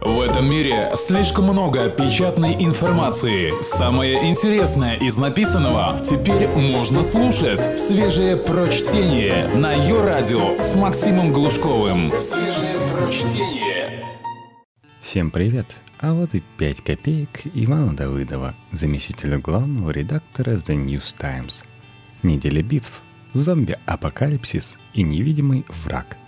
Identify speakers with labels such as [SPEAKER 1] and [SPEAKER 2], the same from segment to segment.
[SPEAKER 1] В этом мире слишком много печатной информации. Самое интересное из написанного теперь можно слушать. Свежее прочтение на Йо-Радио с Максимом Глушковым. Свежее прочтение.
[SPEAKER 2] Всем привет! А вот и 5 копеек Ивана Давыдова, заместителя главного редактора The News Times. Неделя битв, зомби-апокалипсис и невидимый враг.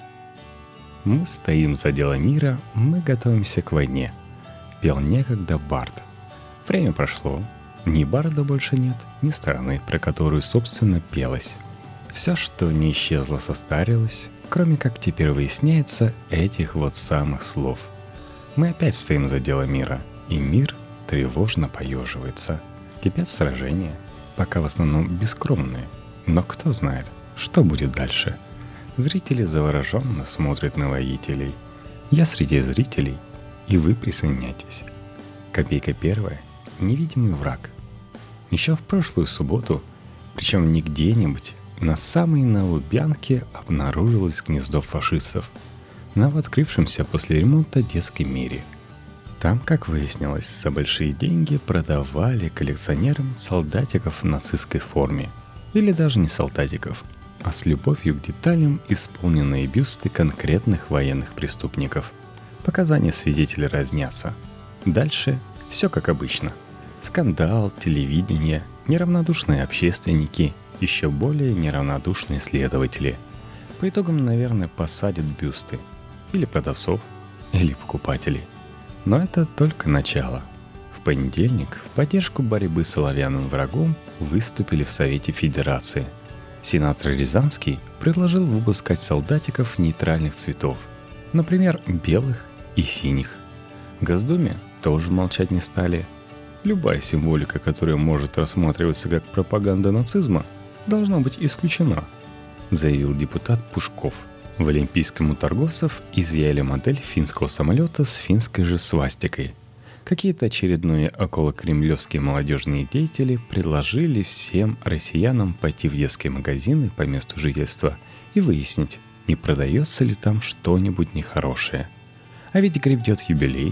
[SPEAKER 2] Мы стоим за дело мира, мы готовимся к войне. Пел некогда бард. Время прошло, ни барда больше нет, ни стороны, про которую, собственно, пелось. Все, что не исчезло, состарилось, кроме как теперь выясняется этих вот самых слов. Мы опять стоим за дело мира, и мир тревожно поеживается. Кипят сражения, пока в основном бескровные. Но кто знает, что будет дальше. Зрители завороженно смотрят на воителей. Я среди зрителей, и вы присоединяйтесь. Копейка первая — невидимый враг. Еще в прошлую субботу, причем не где-нибудь, на самой Лубянке обнаружилось гнездо фашистов на открывшемся после ремонта детском мире. Там, как выяснилось, за большие деньги продавали коллекционерам солдатиков в нацистской форме. Или даже не солдатиков, а с любовью к деталям исполненные бюсты конкретных военных преступников. Показания свидетелей разнятся. Дальше все как обычно. Скандал, телевидение, неравнодушные общественники, еще более неравнодушные следователи. По итогам, наверное, посадят бюсты. Или продавцов, или покупателей. Но это только начало. В понедельник в поддержку борьбы с оловянным врагом выступили в Совете Федерации. Сенатор Рязанский предложил выпускать солдатиков нейтральных цветов, например, белых и синих. В Госдуме тоже молчать не стали. Любая символика, которая может рассматриваться как пропаганда нацизма, должна быть исключена, заявил депутат Пушков. В Олимпийском у торговцев изъяли модель финского самолета с финской же свастикой. Какие-то очередные околокремлевские молодежные деятели предложили всем россиянам пойти в детские магазины по месту жительства и выяснить, не продается ли там что-нибудь нехорошее. А ведь грядет юбилей,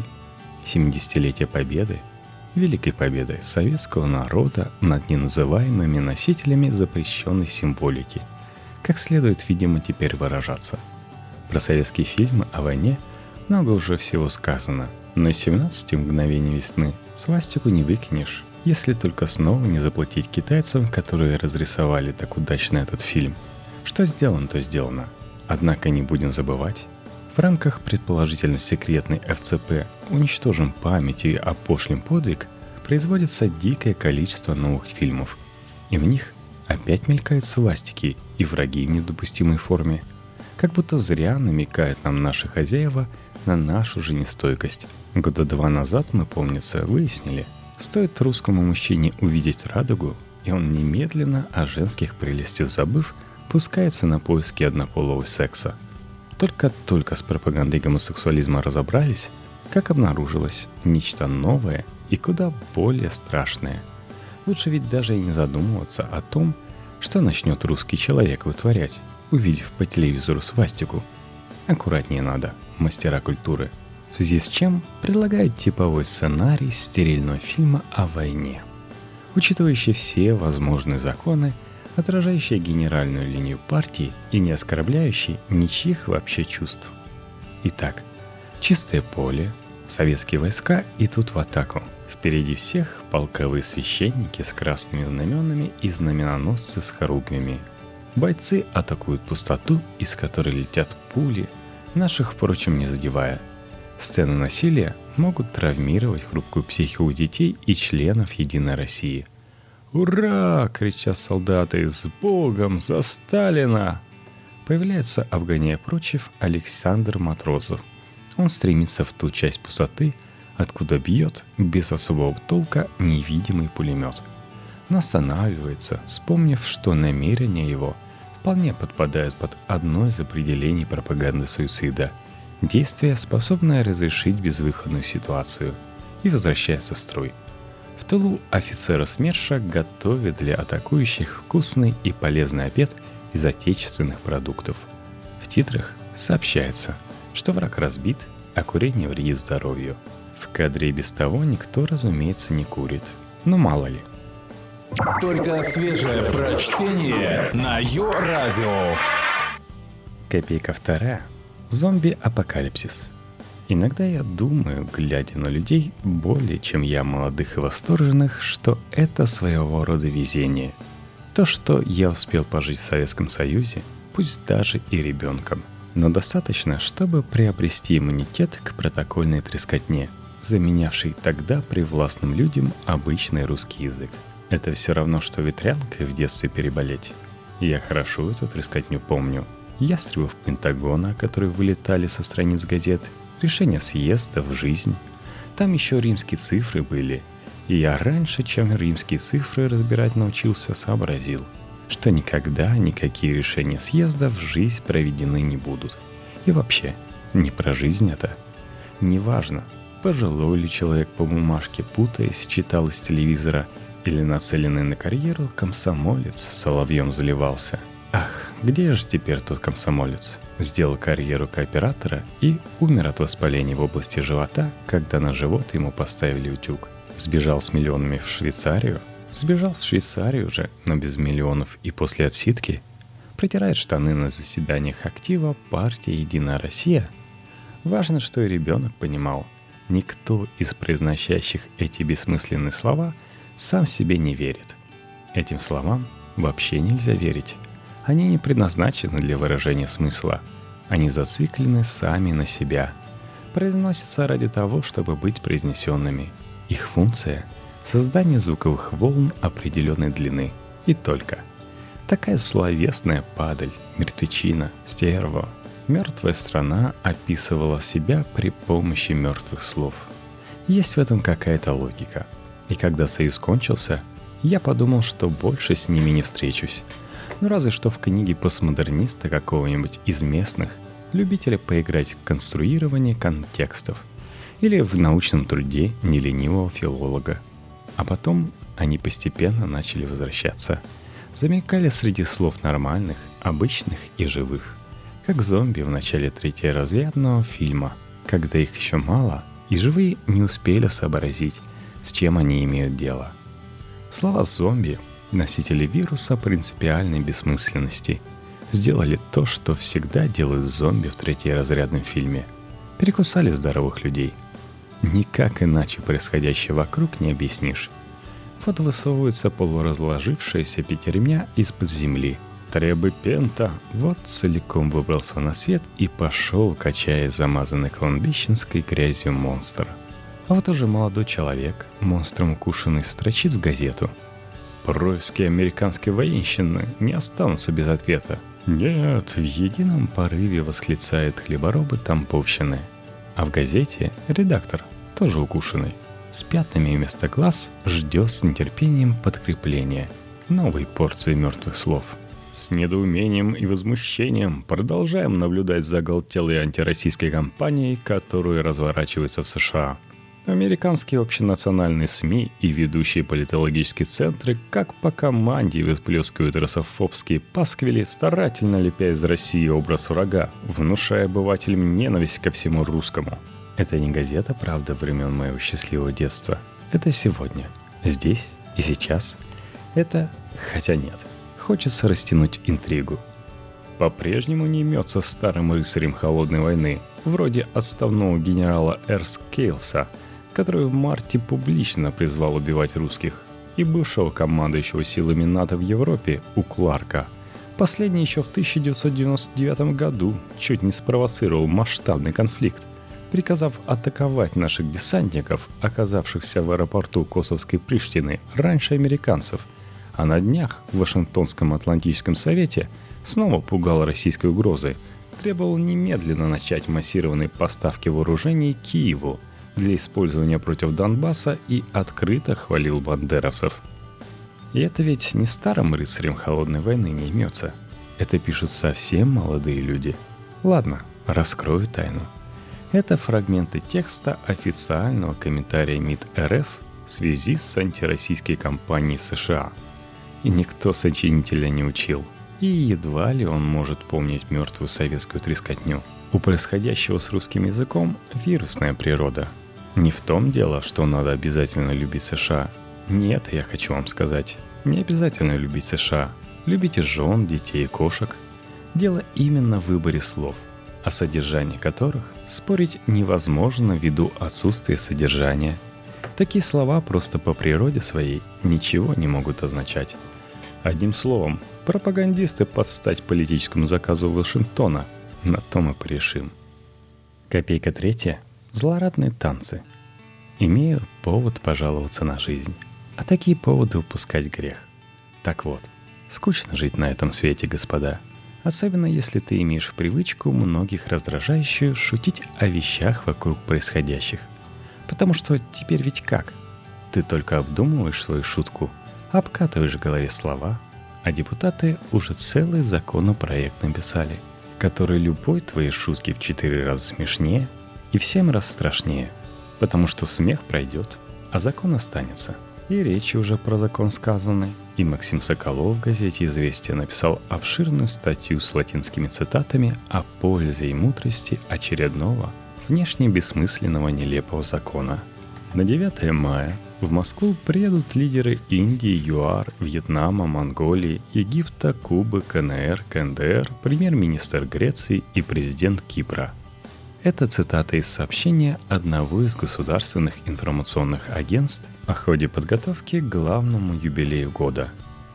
[SPEAKER 2] 70-летие Победы, Великой Победы советского народа над неназываемыми носителями запрещенной символики. Как следует, видимо, теперь выражаться. Про советские фильмы о войне много уже всего сказано, но из 17 мгновений весны свастику не выкинешь, если только снова не заплатить китайцам, которые разрисовали так удачно этот фильм. Что сделано, то сделано. Однако не будем забывать, в рамках предположительно секретной ФЦП «Уничтожим память и опошлим подвиг» производится дикое количество новых фильмов, и в них опять мелькают свастики и враги в недопустимой форме. Как будто зря намекают нам наши хозяева на нашу же нестойкость. Года 2 назад, мы, помнится, выяснили, стоит русскому мужчине увидеть радугу, и он немедленно, о женских прелестях забыв, пускается на поиски однополого секса. Только с пропагандой гомосексуализма разобрались, как обнаружилось нечто новое и куда более страшное. Лучше ведь даже и не задумываться о том, что начнет русский человек вытворять, увидев по телевизору свастику. Аккуратнее надо, мастера культуры. В связи с чем предлагают типовой сценарий стерильного фильма о войне, учитывающий все возможные законы, отражающий генеральную линию партии и не оскорбляющий ничьих вообще чувств. Итак, чистое поле, советские войска идут в атаку. Впереди всех полковые священники с красными знаменами и знаменоносцы с хоругвями. Бойцы атакуют пустоту, из которой летят пули, наших, впрочем, не задевая. Сцены насилия могут травмировать хрупкую психику детей и членов Единой России. «Ура!» — кричат солдаты. «С Богом! За Сталина!» Появляется, обгоняя прочих, Александр Матросов. Он стремится в ту часть пустоты, откуда бьет без особого толка невидимый пулемет. Но останавливается, вспомнив, что намерения его вполне подпадают под одно из определений пропаганды суицида – действие, способное разрешить безвыходную ситуацию, и возвращается в строй. В тылу офицера СМЕРШа готовят для атакующих вкусный и полезный обед из отечественных продуктов. В титрах сообщается, что враг разбит, а курение вредит здоровью. В кадре без того никто, разумеется, не курит. Но мало ли.
[SPEAKER 1] Только свежее прочтение на Йо-Радио.
[SPEAKER 2] Копейка вторая. Зомби-апокалипсис. Иногда я думаю, глядя на людей, более чем я молодых и восторженных, что это своего рода везение. То, что я успел пожить в Советском Союзе, пусть даже и ребенком. Но достаточно, чтобы приобрести иммунитет к протокольной трескотне, заменявшей тогда привластным людям обычный русский язык. Это все равно, что ветрянкой в детстве переболеть. Я хорошо эту трескотню помню. Ястребов Пентагона, которые вылетали со страниц газет, решения съезда в жизнь. Там еще римские цифры были. И я раньше, чем римские цифры разбирать научился, сообразил, что никогда никакие решения съезда в жизнь проведены не будут. И вообще, не про жизнь это. Неважно, пожилой ли человек по бумажке, путаясь, читал из телевизора, или нацеленный на карьеру комсомолец соловьем заливался. Ах, где же теперь тот комсомолец? Сделал карьеру кооператора и умер от воспаления в области живота, когда на живот ему поставили утюг. Сбежал с миллионами в Швейцарию. Сбежал в Швейцарию же, но без миллионов и после отсидки. Протирает штаны на заседаниях актива партии «Единая Россия». Важно, что и ребенок понимал. Никто из произносящих эти бессмысленные слова сам себе не верит. Этим словам вообще нельзя верить. Они не предназначены для выражения смысла. Они зациклены сами на себя. Произносятся ради того, чтобы быть произнесенными. Их функция — создание звуковых волн определенной длины. И только. Такая словесная падаль, мертвечина, стерво. Мертвая страна описывала себя при помощи мертвых слов. Есть в этом какая-то логика. И когда союз кончился, я подумал, что больше с ними не встречусь. Ну разве что в книге постмодерниста какого-нибудь из местных, любителя поиграть в конструирование контекстов, или в научном труде неленивого филолога. А потом они постепенно начали возвращаться. Замелькали среди слов нормальных, обычных и живых. Как зомби в начале третьеразрядного фильма, когда их еще мало, и живые не успели сообразить, с чем они имеют дело. Слова «зомби», носители вируса принципиальной бессмысленности, сделали то, что всегда делают зомби в третьеразрядном фильме. Перекусали здоровых людей. Никак иначе происходящее вокруг не объяснишь. Вот высовывается полуразложившаяся пятерня из-под земли. Требы Пента вот целиком выбрался на свет и пошел, качая замазанный кладбищенской грязью монстр. А вот уже молодой человек, монстром укушенный, строчит в газету. Происки американской военщины не останутся без ответа. Нет, в едином порыве восклицает хлеборобы Тамповщины. А в газете редактор, тоже укушенный, с пятнами вместо глаз, ждет с нетерпением подкрепления новой порции мертвых слов. С недоумением и возмущением продолжаем наблюдать за оголтелой антироссийской кампанией, которая разворачивается в США. Американские общенациональные СМИ и ведущие политологические центры как по команде выплескивают русофобские пасквили, старательно лепя из России образ врага, внушая обывателям ненависть ко всему русскому. Это не газета «Правда» времен моего счастливого детства. Это сегодня, здесь и сейчас. Это, хотя нет, хочется растянуть интригу. По-прежнему не имется старым рыцарем холодной войны, вроде отставного генерала Эрс Кейлса, который в марте публично призвал убивать русских, и бывшего командующего силами НАТО в Европе у Кларка. Последний еще в 1999 году чуть не спровоцировал масштабный конфликт, приказав атаковать наших десантников, оказавшихся в аэропорту Косовской Приштины раньше американцев, а на днях в Вашингтонском Атлантическом совете снова пугал российской угрозой, требовал немедленно начать массированные поставки вооружений Киеву для использования против Донбасса и открыто хвалил бандеровцев. И это ведь не старым рыцарем холодной войны не имется. Это пишут совсем молодые люди. Ладно, раскрою тайну. Это фрагменты текста официального комментария МИД РФ в связи с антироссийской кампанией в США. И никто сочинителя не учил. И едва ли он может помнить мертвую советскую трескотню. У происходящего с русским языком вирусная природа. Не в том дело, что надо обязательно любить США. Нет, я хочу вам сказать, не обязательно любить США. Любите жен, детей и кошек. Дело именно в выборе слов, о содержании которых спорить невозможно ввиду отсутствия содержания. Такие слова просто по природе своей ничего не могут означать. Одним словом, пропагандисты под стать политическому заказу Вашингтона. На то мы порешим. Копейка 3. Злорадные танцы. Имею повод пожаловаться на жизнь. А такие поводы упускать грех. Так вот, скучно жить на этом свете, господа. Особенно если ты имеешь привычку многих раздражающую шутить о вещах вокруг происходящих. Потому что теперь ведь как? Ты только обдумываешь свою шутку, обкатываешь в голове слова, а депутаты уже целый законопроект написали, который любой твоей шутки в 4 раза смешнее и в 7 раз страшнее, потому что смех пройдет, а закон останется. И речи уже про закон сказаны, и Максим Соколов в газете «Известия» написал обширную статью с латинскими цитатами о пользе и мудрости очередного, внешне бессмысленного нелепого закона. На 9 мая в Москву приедут лидеры Индии, ЮАР, Вьетнама, Монголии, Египта, Кубы, КНР, КНДР, премьер-министр Греции и президент Кипра. Это цитата из сообщения одного из государственных информационных агентств о ходе подготовки к главному юбилею года.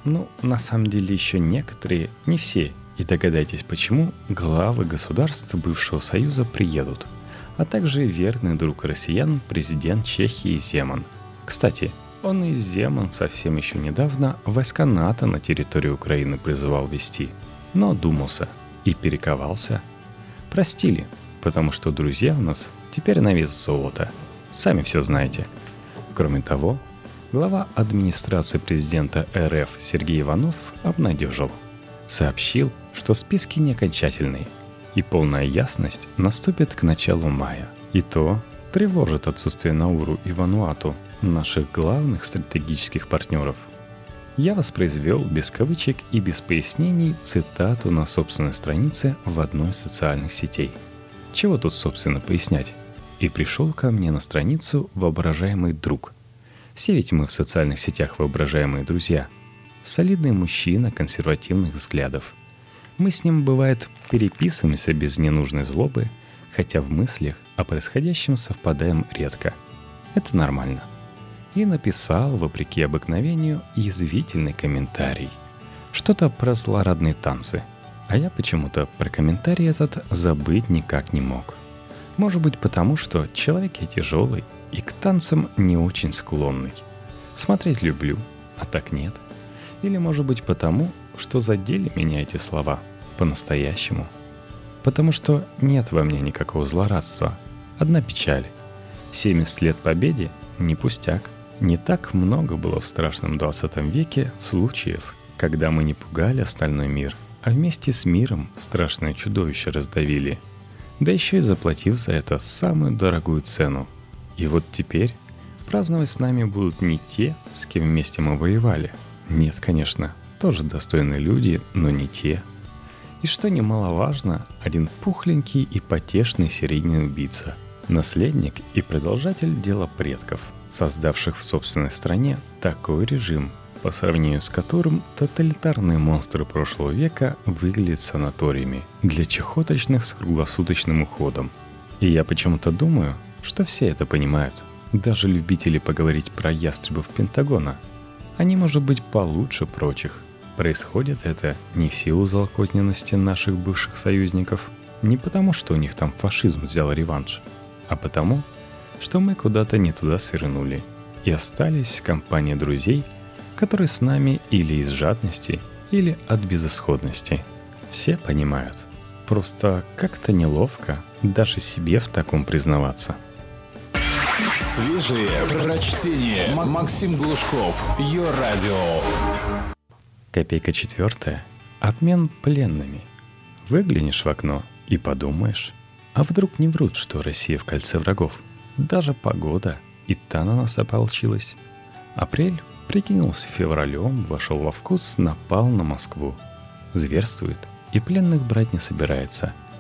[SPEAKER 2] На самом деле еще некоторые, не все, и догадайтесь почему, главы государств бывшего Союза приедут, а также верный друг россиян, президент Чехии Земан. Кстати, он и Земан совсем еще недавно войска НАТО на территорию Украины призывал вести, но одумался и перековался. Простили, потому что друзья у нас теперь на вес золота. Сами все знаете. Кроме того, глава администрации президента РФ Сергей Иванов обнадежил. Сообщил, что списки не окончательные, и полная ясность наступит к началу мая. И то тревожит отсутствие Науру и Вануату, наших главных стратегических партнеров. Я воспроизвел без кавычек и без пояснений цитату на собственной странице в одной из социальных сетей. Чего тут, собственно, пояснять? И пришел ко мне на страницу воображаемый друг. Все ведь мы в социальных сетях воображаемые друзья. Солидный мужчина консервативных взглядов. Мы с ним, бывает, переписываемся без ненужной злобы, хотя в мыслях о происходящем совпадаем редко. Это нормально. И написал, вопреки обыкновению, язвительный комментарий. Что-то про злорадные танцы. А я почему-то про комментарий этот забыть никак не мог. Может быть, потому что человек я тяжелый и к танцам не очень склонный. Смотреть люблю, а так нет. Или, может быть, потому, что задели меня эти слова по-настоящему. Потому что нет во мне никакого злорадства. Одна печаль. 70 лет победе – не пустяк. Не так много было в страшном 20 веке случаев, когда мы не пугали остальной мир, а вместе с миром страшное чудовище раздавили. Да еще и заплатив за это самую дорогую цену. И вот теперь праздновать с нами будут не те, с кем вместе мы воевали. Нет, конечно, тоже достойные люди, но не те. И что немаловажно, один пухленький и потешный серийный убийца. Наследник и продолжатель дела предков, создавших в собственной стране такой режим, по сравнению с которым тоталитарные монстры прошлого века выглядят санаториями для чахоточных с круглосуточным уходом. И я почему-то думаю, что все это понимают. Даже любители поговорить про ястребов Пентагона. Они, может быть, получше прочих. Происходит это не в силу злокозненности наших бывших союзников, не потому, что у них там фашизм взял реванш, а потому, что мы куда-то не туда свернули и остались в компании друзей, которые с нами или из жадности, или от безысходности. Все понимают. Просто как-то неловко даже себе в таком признаваться.
[SPEAKER 1] Свежие прочтение. Максим Глушков. Йо-радио.
[SPEAKER 2] Копейка 4. Обмен пленными. Выглянешь в окно и подумаешь, а вдруг не врут, что Россия в кольце врагов? Даже погода и та на нас ополчилась. Апрель прикинулся февралем, вошел во вкус, напал на Москву. Зверствует и пленных брать не собирается.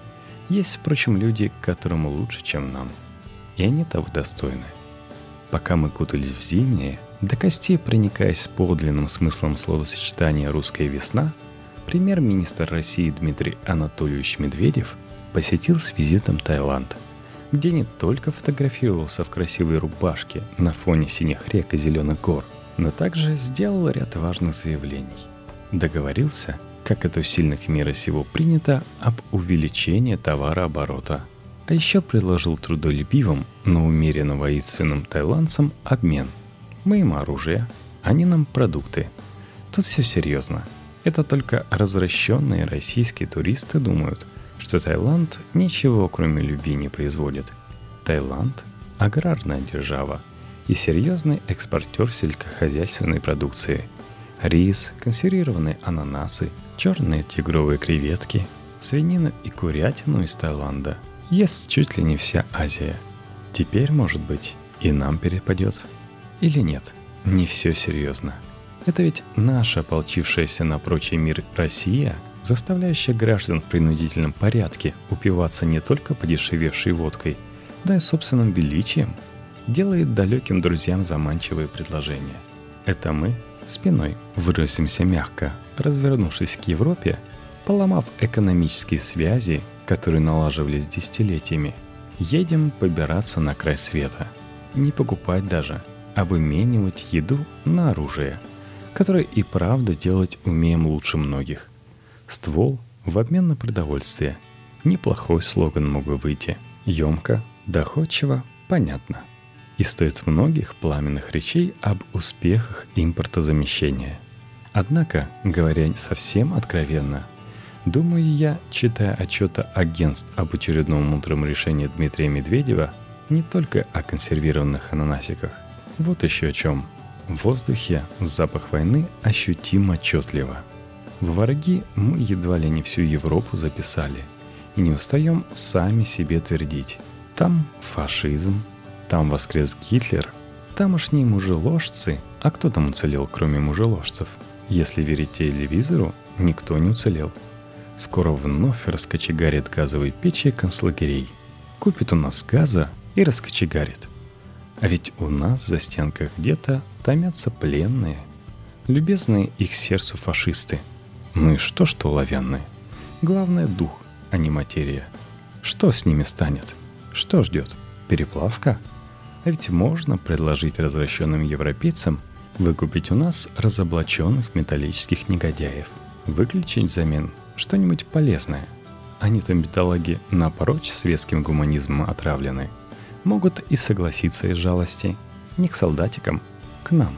[SPEAKER 2] Есть, впрочем, люди, которым лучше, чем нам, и они того достойны. Пока мы кутались в зимнее, до костей проникаясь подлинным смыслом словосочетания «русская весна», премьер-министр России Дмитрий Анатольевич Медведев посетил с визитом Таиланд, где не только фотографировался в красивой рубашке на фоне синих рек и зеленых гор, но также сделал ряд важных заявлений. Договорился, как это у сильных мира сего принято, об увеличении товарооборота. А еще предложил трудолюбивым, но умеренно воинственным таиландцам обмен. Мы им оружие, они нам продукты. Тут все серьезно. Это только развращенные российские туристы думают, что Таиланд ничего кроме любви не производит. Таиланд – аграрная держава и серьезный экспортер сельскохозяйственной продукции. Рис, консервированные ананасы, черные тигровые креветки, свинину и курятину из Таиланда ест чуть ли не вся Азия. Теперь, может быть, и нам перепадет. Или нет, не все серьезно. Это ведь наша ополчившаяся на прочий мир Россия, заставляющая граждан в принудительном порядке упиваться не только подешевевшей водкой, но и собственным величием, делает далеким друзьям заманчивые предложения. Это мы спиной, выразимся мягко, развернувшись к Европе, поломав экономические связи, которые налаживались десятилетиями, едем побираться на край света. Не покупать даже, а выменивать еду на оружие, которое и правда делать умеем лучше многих. Ствол в обмен на продовольствие. Неплохой слоган мог бы выйти. Емко, доходчиво, понятно. И стоит многих пламенных речей об успехах импортозамещения. Однако, говоря совсем откровенно, думаю я, читая отчеты агентств об очередном мудром решении Дмитрия Медведева, не только о консервированных ананасиках. Вот еще о чем. В воздухе запах войны ощутим отчетливо. В враги мы едва ли не всю Европу записали. И не устаем сами себе твердить. Там фашизм, там воскрес Гитлер, тамошние мужеложцы. А кто там уцелел, кроме мужеложцев? Если верить телевизору, никто не уцелел. Скоро вновь раскочегарят газовые печи концлагерей. Купит у нас газа и раскочегарит. А ведь у нас за стенках где-то томятся пленные, любезные их сердцу фашисты. Ну и что оловянные? Главное дух, а не материя. Что с ними станет? Что ждет? Переплавка? А ведь можно предложить развращенным европейцам выкупить у нас разоблаченных металлических негодяев, выключить взамен что-нибудь полезное. Они-то бедолаги напрочь светским гуманизмом отравлены. Могут и согласиться из жалости. Не к солдатикам, к нам.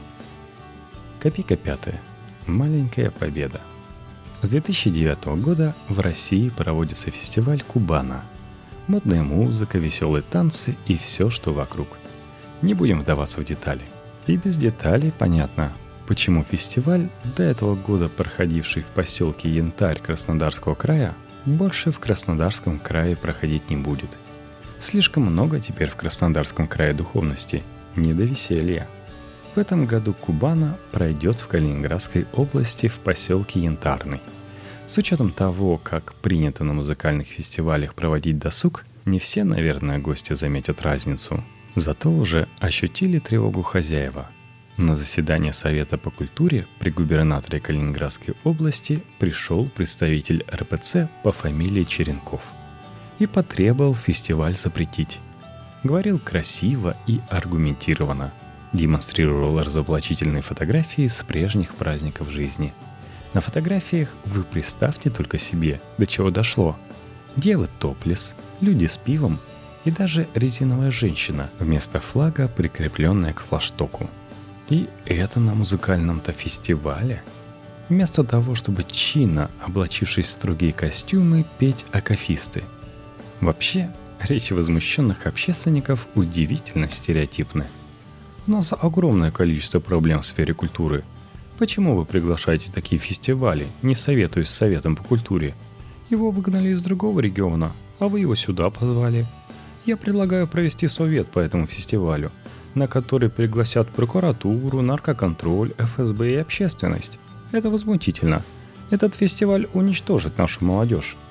[SPEAKER 2] Копейка пятая. Маленькая победа. С 2009 года в России проводится фестиваль «Кубана». Модная музыка, веселые танцы и все, что вокруг. Не будем вдаваться в детали. И без деталей понятно, почему фестиваль, до этого года проходивший в поселке Янтарь Краснодарского края, больше в Краснодарском крае проходить не будет. Слишком много теперь в Краснодарском крае духовности, не до веселья. В этом году Кубана пройдет в Калининградской области в поселке Янтарный. С учетом того, как принято на музыкальных фестивалях проводить досуг, не все, наверное, гости заметят разницу. Зато уже ощутили тревогу хозяева. На заседание Совета по культуре при губернаторе Калининградской области пришел представитель РПЦ по фамилии Черенков и потребовал фестиваль запретить. Говорил красиво и аргументированно. Демонстрировал разоблачительные фотографии с прежних праздников жизни. На фотографиях вы представьте только себе, до чего дошло. Девы топлес, люди с пивом и даже резиновая женщина вместо флага, прикрепленная к флагштоку. И это на музыкальном-то фестивале. Вместо того, чтобы чинно, облачившись в строгие костюмы, петь акафисты. Вообще, речи возмущенных общественников удивительно стереотипны. У нас огромное количество проблем в сфере культуры. Почему вы приглашаете такие фестивали, не советуясь с Советом по культуре? Его выгнали из другого региона, а вы его сюда позвали. Я предлагаю провести совет по этому фестивалю, на который пригласят прокуратуру, наркоконтроль, ФСБ и общественность. Это возмутительно. Этот фестиваль уничтожит нашу молодежь.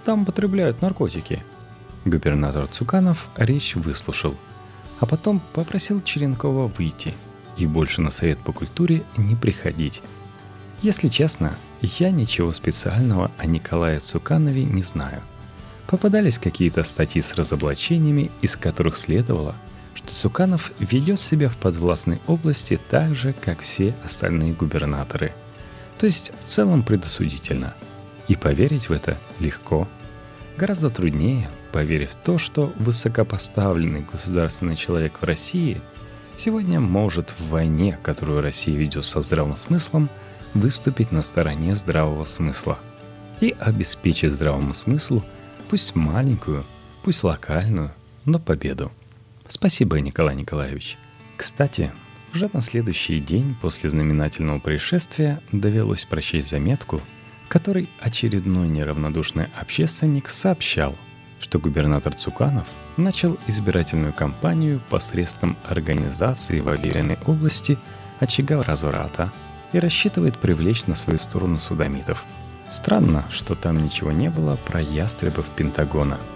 [SPEAKER 2] там употребляют наркотики». Губернатор Цуканов речь выслушал, а потом попросил Черенкова выйти и больше на совет по культуре не приходить. Если честно, я ничего специального о Николае Цуканове не знаю. Попадались какие-то статьи с разоблачениями, из которых следовало, что Цуканов ведет себя в подвластной области так же, как все остальные губернаторы. То есть в целом предосудительно. И поверить в это легко. Гораздо труднее поверить в то, что высокопоставленный государственный человек в России сегодня может в войне, которую Россия ведет со здравым смыслом, выступить на стороне здравого смысла и обеспечить здравому смыслу, пусть маленькую, пусть локальную, но победу. Спасибо, Николай Николаевич. Кстати, уже на следующий день после знаменательного происшествия довелось прочесть заметку, в которой очередной неравнодушный общественник сообщал, что губернатор Цуканов начал избирательную кампанию посредством организации в уверенной области очага разврата и рассчитывает привлечь на свою сторону содомитов. Странно, что там ничего не было про ястребов Пентагона –